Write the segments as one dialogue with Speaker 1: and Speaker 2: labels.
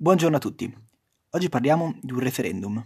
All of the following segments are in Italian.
Speaker 1: Buongiorno a tutti. Oggi parliamo di un referendum.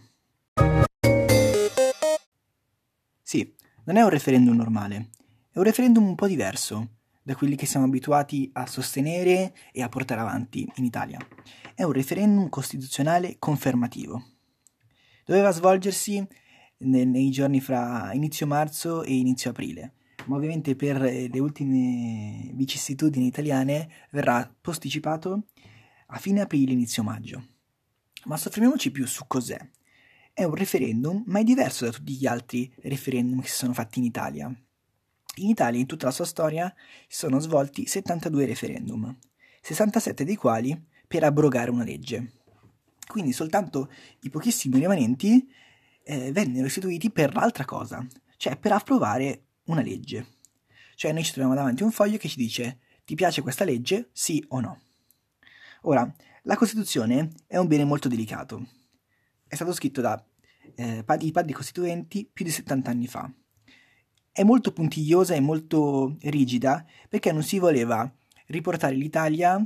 Speaker 1: Sì, non è un referendum normale, è un referendum un po' diverso da quelli che siamo abituati a sostenere e a portare avanti in Italia. È un referendum costituzionale confermativo. Doveva svolgersi nei giorni fra inizio marzo e inizio aprile, ma ovviamente per le ultime vicissitudini italiane verrà posticipato a fine aprile, inizio maggio. Ma soffermiamoci più su cos'è. È un referendum, ma è diverso da tutti gli altri referendum che si sono fatti in Italia. In Italia, in tutta la sua storia, si sono svolti 72 referendum, 67 dei quali per abrogare una legge. Quindi soltanto i pochissimi rimanenti vennero istituiti per l'altra cosa, cioè per approvare una legge. Cioè noi ci troviamo davanti a un foglio che ci dice: ti piace questa legge? Sì o no? Ora, la Costituzione è un bene molto delicato. È stato scritto da padri costituenti più di 70 anni fa. È molto puntigliosa e molto rigida perché non si voleva riportare l'Italia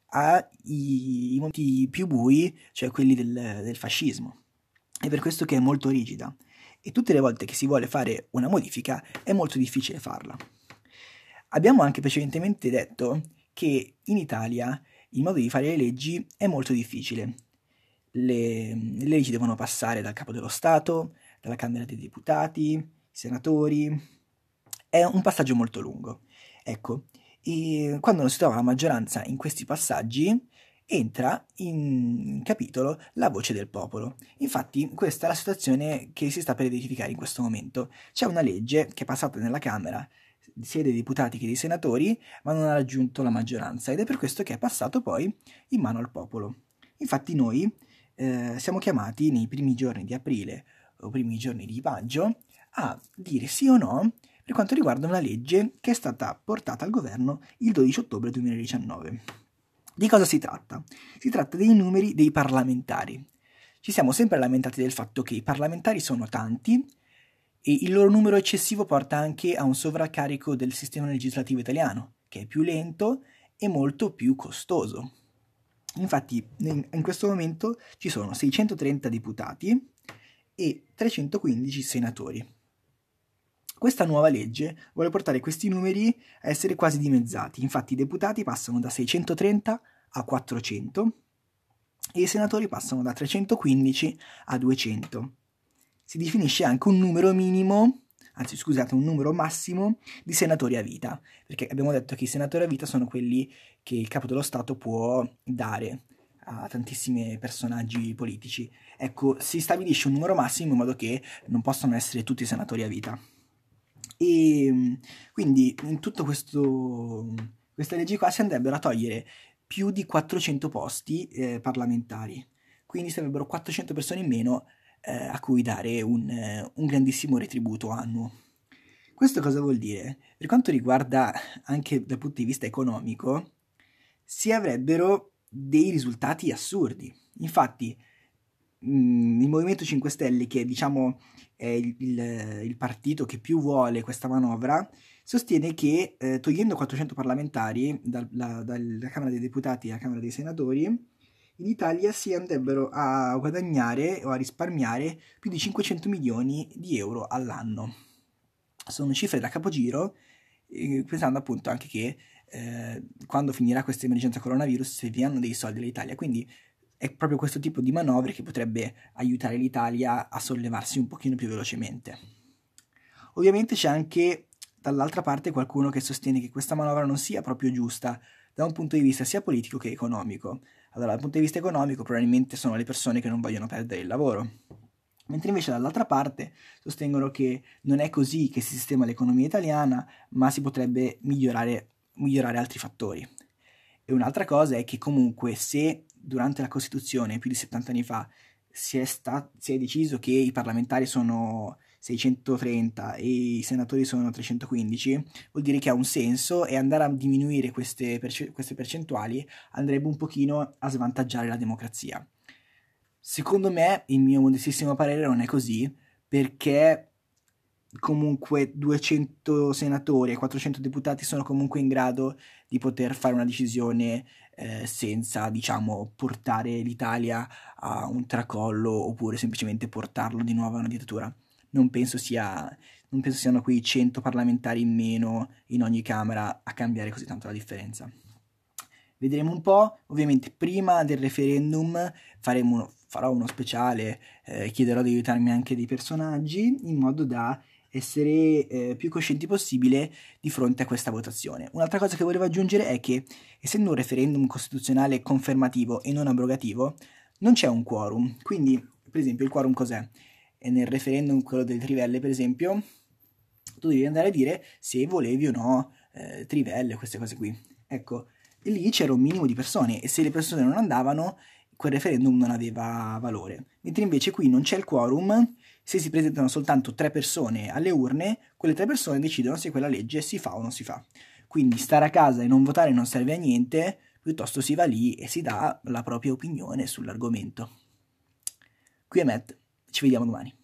Speaker 1: ai momenti più bui, cioè quelli del fascismo. È per questo che è molto rigida. E tutte le volte che si vuole fare una modifica è molto difficile farla. Abbiamo anche precedentemente detto che in Italia il modo di fare le leggi è molto difficile. Le leggi devono passare dal capo dello Stato, dalla Camera dei Deputati, i senatori. È un passaggio molto lungo. Ecco, e quando non si trova la maggioranza in questi passaggi, entra in capitolo la voce del popolo. Infatti, questa è la situazione che si sta per identificare in questo momento. C'è una legge che è passata nella Camera, sia dei deputati che dei senatori, ma non ha raggiunto la maggioranza ed è per questo che è passato poi in mano al popolo. Infatti noi siamo chiamati nei primi giorni di aprile o primi giorni di maggio a dire sì o no per quanto riguarda una legge che è stata portata al governo il 12 ottobre 2019. Di cosa si tratta? Si tratta dei numeri dei parlamentari. Ci siamo sempre lamentati del fatto che i parlamentari sono tanti e il loro numero eccessivo porta anche a un sovraccarico del sistema legislativo italiano, che è più lento e molto più costoso. Infatti in questo momento ci sono 630 deputati e 315 senatori. Questa nuova legge vuole portare questi numeri a essere quasi dimezzati, infatti i deputati passano da 630 a 400 e i senatori passano da 315 a 200. Si definisce anche un numero minimo, anzi scusate, un numero massimo di senatori a vita, perché abbiamo detto che i senatori a vita sono quelli che il capo dello Stato può dare a tantissimi personaggi politici. Ecco, si stabilisce un numero massimo in modo che non possano essere tutti senatori a vita. E quindi in tutto questa legge qua si andrebbero a togliere più di 400 posti parlamentari, quindi sarebbero 400 persone in meno a cui dare un grandissimo retributo annuo. Questo cosa vuol dire? Per quanto riguarda anche dal punto di vista economico, si avrebbero dei risultati assurdi. Infatti, il Movimento 5 Stelle, che diciamo è il partito che più vuole questa manovra, sostiene che togliendo 400 parlamentari dalla Camera dei Deputati alla Camera dei Senatori, in Italia si andrebbero a guadagnare o a risparmiare più di 500 milioni di euro all'anno. Sono cifre da capogiro, pensando appunto anche che quando finirà questa emergenza coronavirus serviranno dei soldi all'Italia, quindi è proprio questo tipo di manovre che potrebbe aiutare l'Italia a sollevarsi un pochino più velocemente. Ovviamente c'è anche dall'altra parte qualcuno che sostiene che questa manovra non sia proprio giusta da un punto di vista sia politico che economico. Allora, dal punto di vista economico probabilmente sono le persone che non vogliono perdere il lavoro, mentre invece dall'altra parte sostengono che non è così che si sistema l'economia italiana, ma si potrebbe migliorare altri fattori. E un'altra cosa è che comunque se durante la Costituzione, più di 70 anni fa, si è deciso che i parlamentari sono 630 e i senatori sono 315, vuol dire che ha un senso e andare a diminuire queste percentuali andrebbe un pochino a svantaggiare la democrazia. Secondo me, il mio modestissimo parere, non è così, perché comunque 200 senatori e 400 deputati sono comunque in grado di poter fare una decisione senza, diciamo, portare l'Italia a un tracollo oppure semplicemente portarlo di nuovo a una dittatura. Non penso siano quei 100 parlamentari in meno in ogni Camera a cambiare così tanto la differenza. Vedremo un po', ovviamente prima del referendum farò uno speciale, chiederò di aiutarmi anche dei personaggi in modo da essere più coscienti possibile di fronte a questa votazione. Un'altra cosa che volevo aggiungere è che, essendo un referendum costituzionale confermativo e non abrogativo, non c'è un quorum. Quindi, per esempio, il quorum cos'è? E nel referendum, quello delle trivelle, per esempio, tu devi andare a dire se volevi o no trivelle, queste cose qui. Ecco, e lì c'era un minimo di persone e se le persone non andavano, quel referendum non aveva valore. Mentre invece qui non c'è il quorum, se si presentano soltanto 3 persone alle urne, quelle 3 persone decidono se quella legge si fa o non si fa. Quindi stare a casa e non votare non serve a niente, piuttosto si va lì e si dà la propria opinione sull'argomento. Qui è Matt, ci vediamo domani.